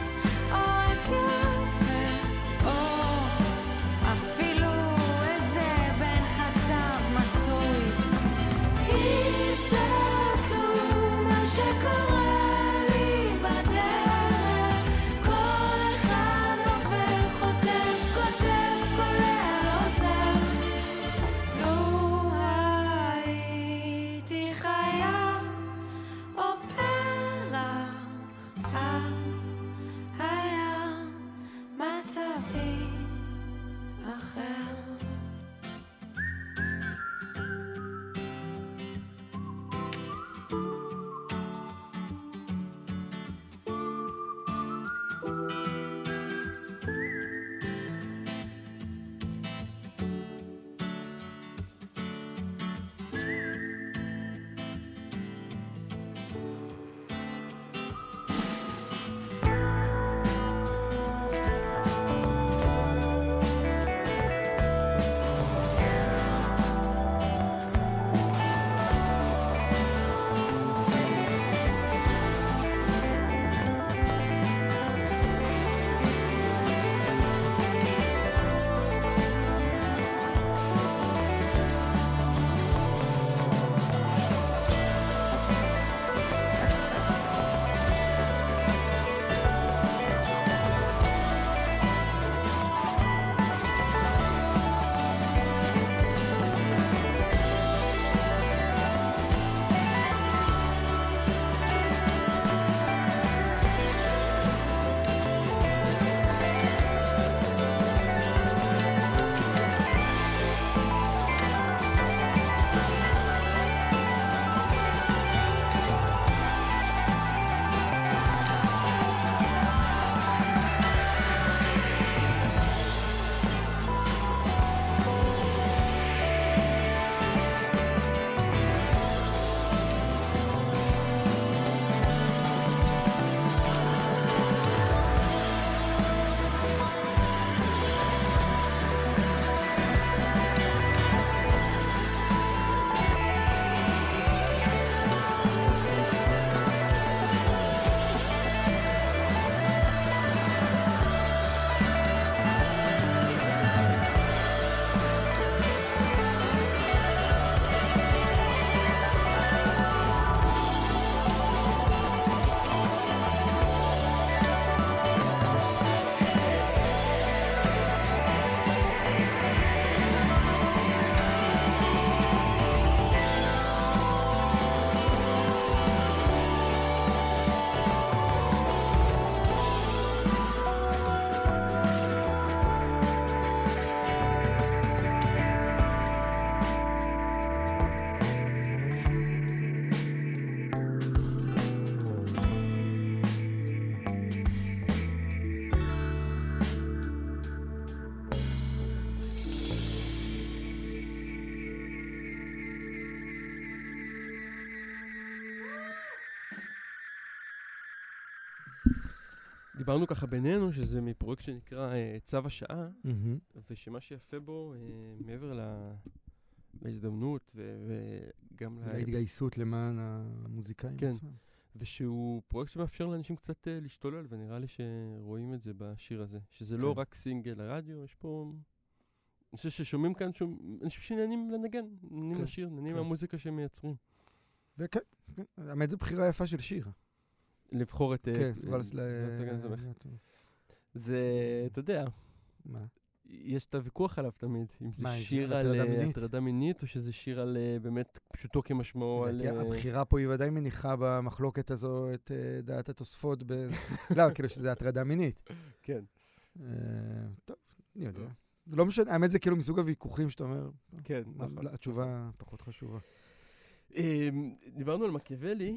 דיברנו ככה בינינו, שזה מפרויקט שנקרא אה, צו השעה, מהמם. ושמה שיפה בו, אה, מעבר ל- להזדמנות, ו- וגם לה- ההתגייסות למען המוזיקאים כן. עצמם. ושהוא פרויקט שמאפשר לאנשים קצת אה, להשתולל, ונראה לי שרואים את זה בשיר הזה. שזה לא כן. רק סינגל לרדיו, יש פה... אני חושב ששומעים כאן שום... אנשים שנהנים לנגן, נהנים כן, לשיר, נהנים כן. מהמוזיקה שהם מייצרים. וכן, כן. האמת, זו בחירה יפה של שיר. לבחור את... אה, כן, אה, ולס ל... אה, זה- זה, אתה יודע, מה? יש את הוויכוח עליו תמיד, אם זה מה, שיר על על הטרדה אה, מינית? הטרדה מינית, או שזה שיר על אה, באמת פשוטו כמשמעו על... לדעתי, אה, הבחירה פה היא ודאי מניחה במחלוקת הזו את אה, דעת התוספות ב... לא, כאילו שזה הטרדה מינית. כן, אה, טוב, אני יודע. זה לא משנה, האמת זה כאילו מסוג הוויכוחים שאתה אומר, כן, נכון. לא, התשובה פחות חשובה. אמ, דיברנו על מקיאוולי,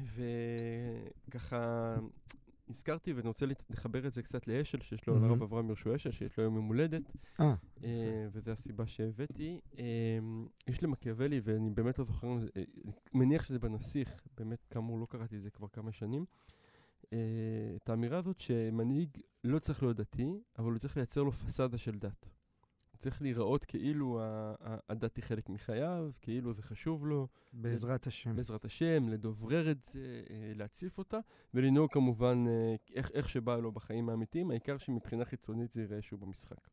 וככה הזכרתי, ואני רוצה לת- לחבר את זה קצת לאשל, שיש לו, מהמם. לרב אברהם ירשו אשל, שיש לו יום יום הולדת, אה, אה, וזו הסיבה שהבאתי. אמ, יש למקיאוולי, ואני באמת לא זוכר, אה, אני מניח שזה בנסיך, באמת, כאמור, לא קראתי את זה כבר כמה שנים, אה, את האמירה הזאת שמנהיג לא צריך להיות דתי, אבל הוא צריך לייצר לו פסאדה של דת. הוא צריך להיראות כאילו ה- ה- הדת היא חלק מחייו, כאילו זה חשוב לו, בעזרת השם. בעזרת השם, לדוברר את זה, אה, להציף אותה, ולנהוג כמובן אה, איך, איך שבא לו בחיים האמיתיים, העיקר שמבחינה חיצונית זה יראה שהוא במשחק.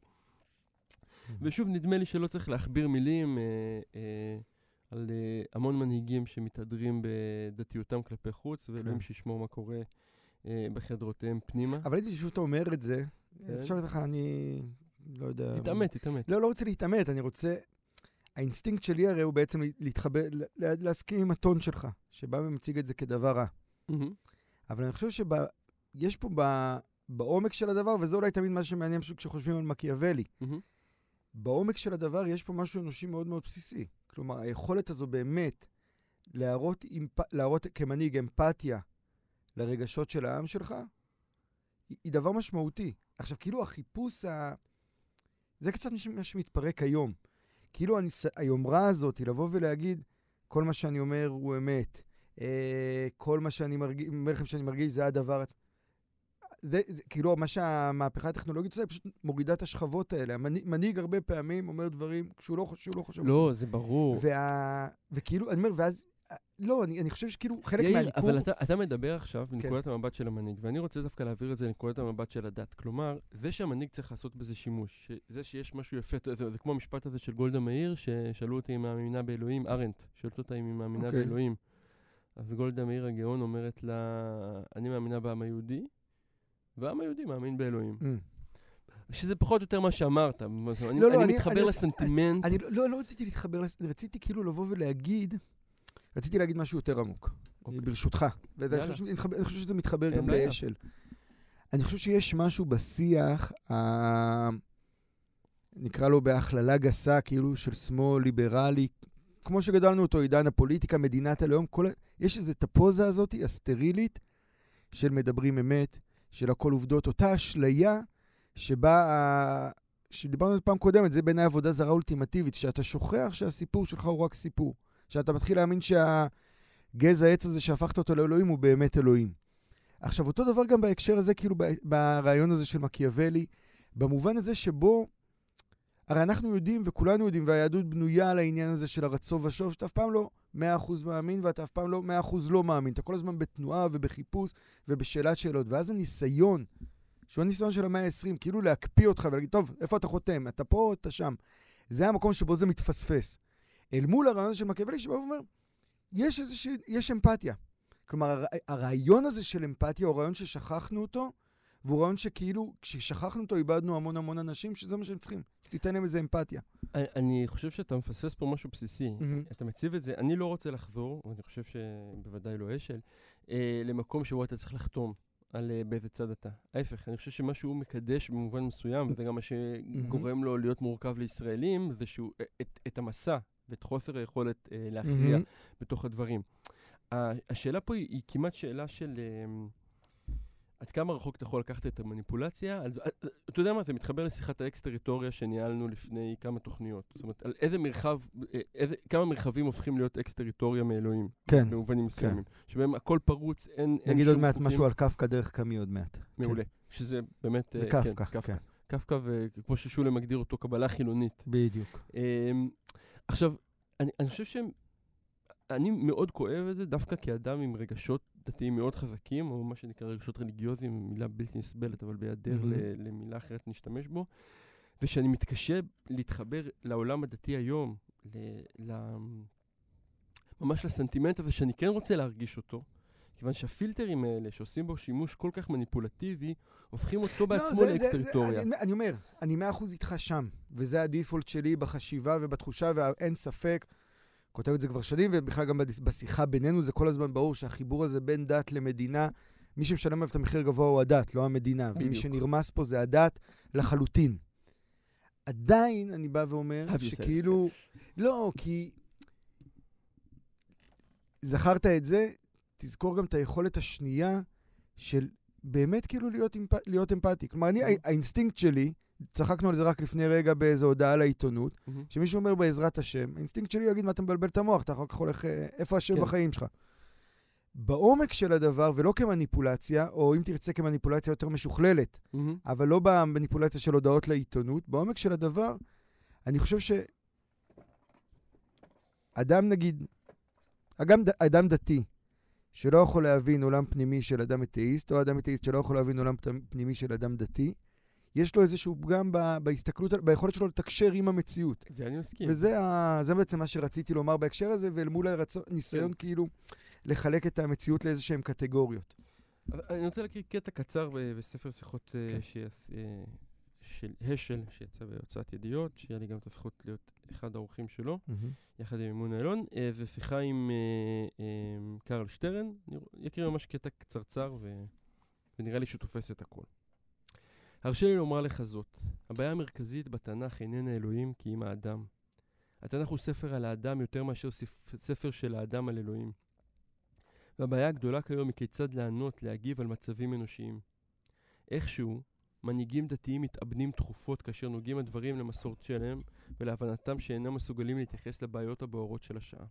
ושוב, נדמה לי שלא צריך להכביר מילים אה, אה, על אה, המון מנהיגים שמתהדרים בדתיותם כלפי חוץ, ואלוהים כן. שישמור מה קורה אה, בחדרותיהם פנימה. אבל הייתי שוב אתה אומר את זה, כן. עכשיו לך אני לא יודע... תתעמת, תתעמת. לא, לא רוצה להתעמת, אני רוצה... האינסטינקט שלי הרי הוא בעצם להתחבר, לה- להסכים עם הטון שלך, שבא ומציג את זה כדבר רע. מהמם. אבל אני חושב שיש פה ב- בעומק של הדבר, וזה אולי תמיד מה שמעניין פשוט כשחושבים על מקיאוולי. מהמם. בעומק של הדבר יש פה משהו אנושי מאוד מאוד בסיסי. כלומר, היכולת הזו באמת להראות, אימפ... להראות כמנהיג אמפתיה לרגשות של העם שלך, היא, היא דבר משמעותי. עכשיו, כאילו החיפוש ה... זה קצת מה שמתפרק היום. כאילו הניס... היומרה הזאת היא לבוא ולהגיד, כל מה שאני אומר הוא אמת. אה, כל מה שאני מרגיש, אומר לכם שאני מרגיש זה הדבר... הצ- זה, זה, כאילו מה שהמהפכה הטכנולוגית עושה, היא פשוט מורידה את השכבות האלה. המנהיג, מנהיג הרבה פעמים אומר דברים שהוא לא, שהוא לא חושב. לא, זה ברור. וה... וכאילו, אני אומר, ואז... לא, אני, אני חושב שכאילו חלק יאיר, מהניכור... אבל אתה, אתה מדבר עכשיו כן. מנקודת המבט של המנהיג, ואני רוצה דווקא להעביר את זה לנקודת המבט של הדת. כלומר, זה שהמנהיג צריך לעשות בזה שימוש, ש- זה שיש משהו יפה, זה, זה כמו המשפט הזה של גולדה מאיר, ששאלו אותי אם מאמינה באלוהים, ארנט, שואלת אותה אם היא מאמינה אוקיי. באלוהים. אז גולדה מאיר הגאון אומרת לה, אני מאמינה בעם היהודי, והעם היהודי מאמין באלוהים. Mm. שזה פחות או יותר מה שאמרת. אני, לא, לא, אני אני- מתחבר אני- לסנטימנט. אני לא, לא רציתי להתחבר, לס- רציתי כאילו לבוא ולהגיד, רציתי להגיד משהו יותר עמוק, אוקיי. ברשותך. ואני יאללה. חושב, שזה- אני חושב שזה מתחבר אין גם בעיה. לאשל. אני חושב שיש משהו בשיח, ה... נקרא לו בהכללה גסה, כאילו של שמאל, ליברלי, כמו שגדלנו אותו, עידן הפוליטיקה, מדינת הלאום, כל... ה- יש איזו תפוזה הזאת, הסטרילית, של מדברים אמת, של הכל עובדות, אותה אשליה שבה, ה- שדיברנו על זה פעם קודמת, זה בעיניי עבודה זרה אולטימטיבית, שאתה שוכח שהסיפור שלך הוא רק סיפור, שאתה מתחיל להאמין שהגזע העץ הזה שהפכת אותו לאלוהים הוא באמת אלוהים. עכשיו, אותו דבר גם בהקשר הזה, כאילו ב- ברעיון הזה של מקיאוולי, במובן הזה שבו, הרי אנחנו יודעים וכולנו יודעים, והיהדות בנויה על העניין הזה של הרצון ושוב, שאתה אף פעם לא מאה אחוז מאמין ואתה אף פעם לא מאה אחוז לא מאמין. אתה כל הזמן בתנועה ובחיפוש ובשאלת שאלות. ואז הניסיון, שהוא הניסיון של המאה ה-עשרים, כאילו להקפיא אותך ולהגיד, טוב, איפה אתה חותם? אתה פה או אתה שם? זה המקום שבו זה מתפספס. אל מול הרעיון הזה של מקיאוולי, שבא ואומר, יש איזושהי, יש אמפתיה. כלומר, הר- הרעיון הזה של אמפתיה הוא רעיון ששכחנו אותו, והוא רעיון שכאילו, כששכחנו אותו, איבדנו המון המון אנשים, שזה מה שהם צריכים. תיתן להם איזה אמפתיה. אני, אני חושב שאתה מפספס פה משהו בסיסי. מהמם. אתה מציב את זה, אני לא רוצה לחזור, ואני חושב שבוודאי לא אשל, אה, למקום שבו אתה צריך לחתום על אה, באיזה צד אתה. ההפך, אני חושב שמה שהוא מקדש במובן מסוים, וזה גם מה שגורם לו להיות מורכב לישראלים, זה שהוא, אה, את, את המסע ואת חוסר היכולת אה, להכריע מהמם. בתוך הדברים. ה- השאלה פה היא, היא כמעט שאלה של... אה, עד כמה רחוק אתה יכול לקחת את המניפולציה? אז, אה, אתה יודע מה? זה מתחבר לשיחת האקס-טריטוריה שניהלנו לפני כמה תוכניות. זאת אומרת, על איזה מרחב, אה, איזה, כמה מרחבים הופכים להיות אקס-טריטוריה מאלוהים. כן. במובנים מסוימים. שבהם הכל פרוץ, אין, אין נגיד עוד שום מעט חוקים. משהו על קפקא דרך קמי עוד מעט. מעולה. שזה באמת... זה אה, קפקא, כן, כן. קפקא, וכמו ששולם מגדיר אותו, קבלה חילונית. בדיוק. אמ, עכשיו, אני, אני חושב שהם... אני מאוד כואב את זה, דווקא כאדם עם רגשות דתיים מאוד חזקים, או מה שנקרא רגשות רליגיוזיים, מילה בלתי נסבלת, אבל בהיעדר Mhm. ל- למילה אחרת נשתמש בו, ושאני מתקשה להתחבר לעולם הדתי היום, ל- ל- ממש לסנטימנט הזה שאני כן רוצה להרגיש אותו, כיוון שהפילטרים האלה שעושים בו שימוש כל כך מניפולטיבי, הופכים אותו בעצמו לא, זה- זה- לאקסטריטוריה. זה- אני, אני אומר, אני מאה אחוז איתך שם, וזה הדיפולט שלי בחשיבה ובתחושה, ואין ספק, כותב את זה כבר שנים, ובכלל גם בדיס- בשיחה בינינו זה כל הזמן ברור שהחיבור הזה בין דת למדינה, מי שמשלם עליו את המחיר גבוה הוא הדת, לא המדינה, ומי בדיוק. שנרמס פה זה הדת לחלוטין. עדיין אני בא ואומר Have you said שכאילו, לא, כי זכרת את זה, תזכור גם את היכולת השנייה של באמת כאילו להיות, אמפ... להיות אמפתי. כלומר, אני, Mhm. האינסטינקט שלי, צחקנו על זה רק לפני רגע באיזו הודעה לעיתונות, מהמם. שמישהו אומר בעזרת השם, האינסטינקט שלי יגיד מה אתה מבלבל את המוח, אתה אחר כך הולך, אה, איפה השם כן. בחיים שלך. בעומק של הדבר, ולא כמניפולציה, או אם תרצה כמניפולציה יותר משוכללת, מהמם. אבל לא במניפולציה של הודעות לעיתונות, בעומק של הדבר, אני חושב ש... אדם נגיד, אדם, אדם דתי, שלא יכול להבין עולם פנימי של אדם אתאיסט, או אדם אתאיסט שלא יכול להבין עולם פנימי של אדם דתי, יש לו איזשהו פגם ב- בהסתכלות, ביכולת שלו לתקשר עם המציאות. את זה אני מסכים. וזה ה- זה בעצם מה שרציתי לומר בהקשר הזה, ואל מול הניסיון כאילו לחלק את המציאות לאיזשהם קטגוריות. אבל אני רוצה להקריא קטע קצר ב- בספר שיחות אה, כן. שיצ- אה, של השל, שיצא בהוצאת ידיעות, שהיה לי גם את הזכות להיות אחד האורחים שלו, יחד עם אמון אלון. אה, זו שיחה עם אה, אה, קרל שטרן. אני אקריא ממש קטע קצרצר, ו- ונראה לי שתופס את הכל. הרשה לי לומר לך זאת, הבעיה המרכזית בתנ"ך איננה אלוהים כי אם האדם. התנ"ך הוא ספר על האדם יותר מאשר ספ- ספר של האדם על אלוהים. והבעיה הגדולה כיום היא כיצד לענות, להגיב על מצבים אנושיים. איכשהו, מנהיגים דתיים מתאבנים תכופות כאשר נוגעים הדברים למסורת שלהם ולהבנתם שאינם מסוגלים להתייחס לבעיות הבוערות של השעה.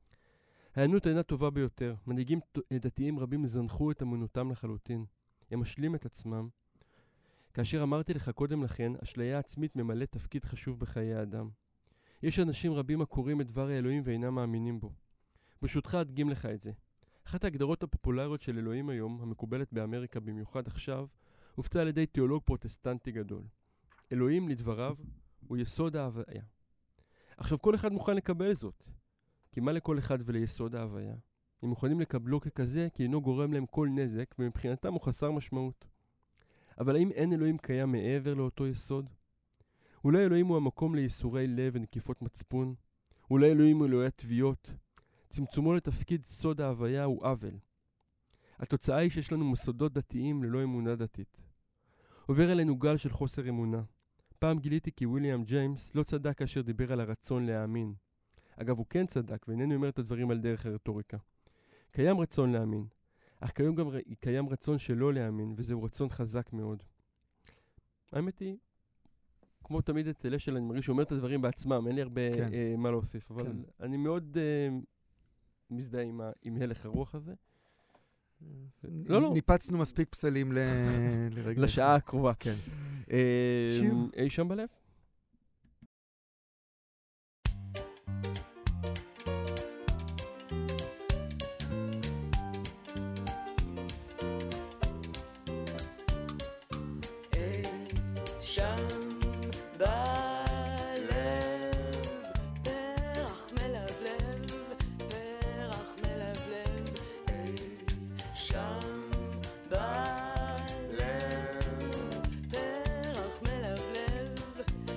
הענות אינה טובה ביותר. מנהיגים דתיים רבים זנחו את אמונותם לחלוטין. הם משלים את עצמם. כאשר אמרתי לך קודם לכן, אשליה עצמית ממלא תפקיד חשוב בחיי האדם. יש אנשים רבים הקוראים את דבר האלוהים ואינם מאמינים בו. ברשותך אדגים לך את זה. אחת ההגדרות הפופולריות של אלוהים היום, המקובלת באמריקה במיוחד עכשיו, הופצה על ידי תיאולוג פרוטסטנטי גדול. אלוהים, לדבריו, הוא יסוד ההוויה. עכשיו כל אחד מוכן לקבל זאת. כי מה לכל אחד וליסוד ההוויה? הם מוכנים לקבלו ככזה כי אינו גורם להם כל נזק, ומבחינתם הוא חסר משמעות. אבל האם אין אלוהים קיים מעבר לאותו יסוד? אולי אלוהים הוא המקום לייסורי לב ונקיפות מצפון? אולי אלוהים הוא אלוהי התביעות? צמצומו לתפקיד סוד ההוויה הוא עוול. התוצאה היא שיש לנו מוסדות דתיים ללא אמונה דתית. עובר אלינו גל של חוסר אמונה. פעם גיליתי כי וויליאם ג'יימס לא צדק כאשר דיבר על הרצון להאמין. אגב, הוא כן צדק, ואינני אומר את הדברים על דרך הרטוריקה. קיים רצון להאמין, אך כיום גם ר... קיים רצון שלא להאמין, וזהו רצון חזק מאוד. האמת היא, כמו תמיד אצל אשל, אני מרגיש שאומר את הדברים בעצמם, אין לי הרבה כן. אה, מה להוסיף, אבל כן. אני מאוד אה, מזדהה עם, ה... עם הלך הרוח הזה. לא, לא. ניפצנו מספיק פסלים ל- לרגע. לשעה הקרובה. כן. אה, שיר. אי שם בלב? שם בלב, פרח מלבלב, פרח מלבלב, אי שם בלב, פרח מלבלב,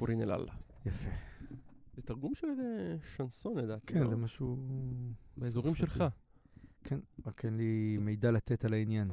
פורין אל אללה. יפה. זה תרגום של איזה שנסון, לדעתי. כן, לא? זה משהו... באזורים שלך. כן, רק אין לי מידע לתת על העניין.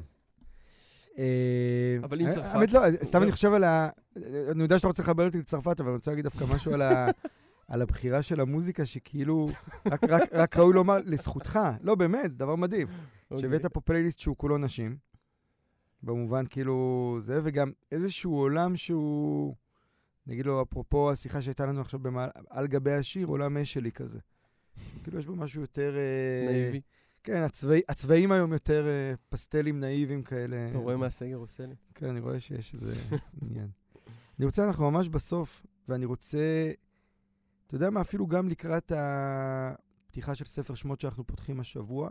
אבל עם צרפת... האמת לא, סתם אני חושב על ה... אני יודע שאתה רוצה לחבר אותי לצרפת, אבל אני רוצה להגיד דווקא משהו על הבחירה של המוזיקה, שכאילו, רק ראוי לומר, לזכותך, לא באמת, זה דבר מדהים, שהבאת פה פלייליסט שהוא כולו נשים, במובן כאילו זה, וגם איזשהו עולם שהוא, נגיד לו, אפרופו השיחה שהייתה לנו עכשיו על גבי השיר, עולם אשלי כזה. כאילו יש בו משהו יותר... נאיבי. כן, הצבע... הצבעים היום יותר uh, פסטלים נאיבים כאלה. אתה רואה מה הסגר עושה לי? כן, אני רואה שיש איזה עניין. אני רוצה, אנחנו ממש בסוף, ואני רוצה, אתה יודע מה, אפילו גם לקראת הפתיחה של ספר שמות שאנחנו פותחים השבוע,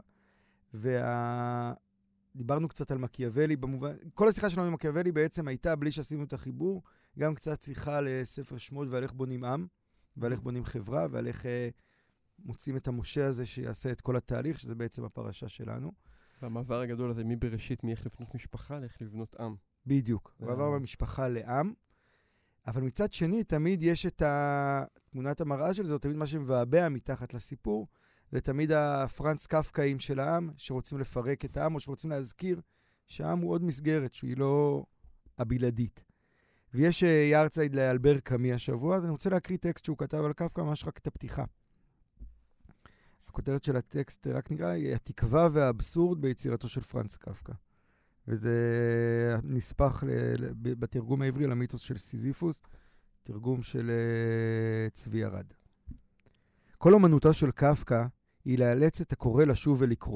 ודיברנו וה... קצת על מקיאוולי, במובן, כל השיחה שלנו עם מקיאוולי בעצם הייתה, בלי שעשינו את החיבור, גם קצת שיחה לספר שמות ועל איך בונים עם, ועל איך בונים חברה, ועל איך... מוצאים את המשה הזה שיעשה את כל התהליך, שזה בעצם הפרשה שלנו. והמעבר הגדול הזה, מי בראשית, מי איך לבנות משפחה, לאיך לבנות עם. בדיוק. המעבר מהמשפחה לעם. אבל מצד שני, תמיד יש את תמונת המראה של זה, או תמיד מה שמבעבע מתחת לסיפור, זה תמיד הפרנץ קפקאים של העם, שרוצים לפרק את העם, או שרוצים להזכיר שהעם הוא עוד מסגרת, שהיא לא הבלעדית. ויש יארצייט לאלבר קאמי השבוע, אז אני רוצה להקריא טקסט שהוא כתב על קפקא, ממש רק את הפתיחה. הכותרת של הטקסט רק נקרא, התקווה והאבסורד ביצירתו של פרנץ קפקא. וזה נספח בתרגום העברי למיתוס של סיזיפוס, תרגום של צבי ארד. כל אומנותו של קפקא היא לאלץ את הקורא לשוב ולקרוא.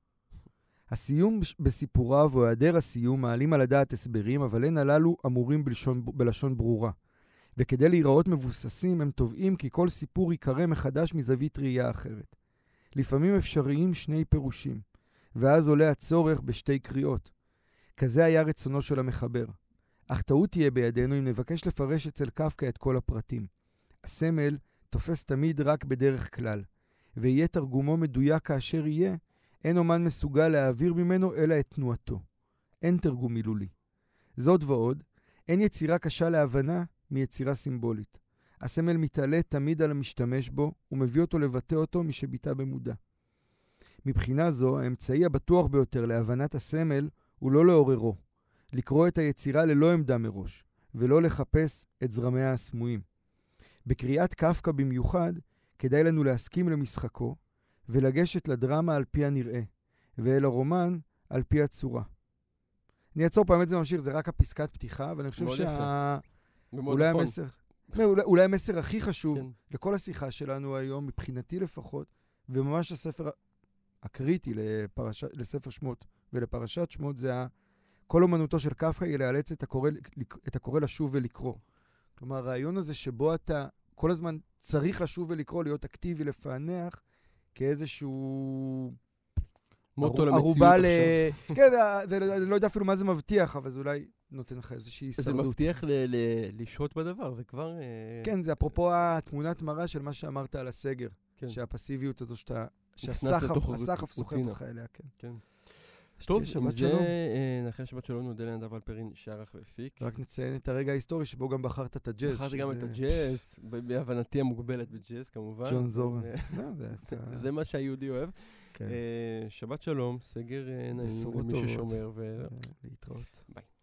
הסיום בסיפוריו או היעדר הסיום מעלים על הדעת הסברים, אבל הן הללו אמורים בלשון, בלשון ברורה. וכדי להיראות מבוססים הם תובעים כי כל סיפור יקרא מחדש מזווית ראייה אחרת. לפעמים אפשריים שני פירושים, ואז עולה הצורך בשתי קריאות. כזה היה רצונו של המחבר. אך טעות תהיה בידינו אם נבקש לפרש אצל קפקא את כל הפרטים. הסמל תופס תמיד רק בדרך כלל, ויהיה תרגומו מדויק כאשר יהיה, אין אומן מסוגל להעביר ממנו אלא את תנועתו. אין תרגום מילולי. זאת ועוד, אין יצירה קשה להבנה מיצירה סימבולית. הסמל מתעלה תמיד על המשתמש בו, ומביא אותו לבטא אותו משביטה במודע. מבחינה זו, האמצעי הבטוח ביותר להבנת הסמל הוא לא לעוררו, לקרוא את היצירה ללא עמדה מראש, ולא לחפש את זרמיה הסמויים. בקריאת קפקא במיוחד, כדאי לנו להסכים למשחקו, ולגשת לדרמה על פי הנראה, ואל הרומן על פי הצורה. אני אעצור פעם את זה ממשיך, זה רק הפסקת פתיחה, ואני חושב שה... אולי המסר... אולי, אולי המסר הכי חשוב כן. לכל השיחה שלנו היום, מבחינתי לפחות, וממש הספר הקריטי לפרש... לספר שמות ולפרשת שמות, זה ה... כל אומנותו של קפקא היא לאלץ את הקורא, את הקורא לשוב ולקרוא. כלומר, הרעיון הזה שבו אתה כל הזמן צריך לשוב ולקרוא, להיות אקטיבי, לפענח, כאיזשהו... מוטו למציאות ערובה ל... עכשיו. כן, אני לא יודע אפילו מה זה מבטיח, אבל זה אולי נותן לך איזושהי הישרדות. זה מבטיח ל- ל- לשהות בדבר, זה כבר... כן, זה אפרופו התמונת מראה של מה שאמרת על הסגר. כן. שהפסיביות הזו שאתה... נכנס שהסחף, לתוך הסחף סוחף רוטינה. אותך אליה, כן. כן. טוב, שתהיה עם שבת זה שלום. אה, נאחל שבת שלום, נודה לנדב אלפרין שערך והפיק. רק נציין את הרגע ההיסטורי שבו גם בחרת את הג'אז. בחרתי גם את שזה- הג'אז, ב- בהבנתי המוגבלת בג'אז כמובן. ג'ון זורן. אה, לא, זה דווקא- זה מה שהיהודי אוהב. כן. אה, שבת שלום, סגר אה, נעים בשורות למי טובות. ששומר, ו- להתראות. ביי.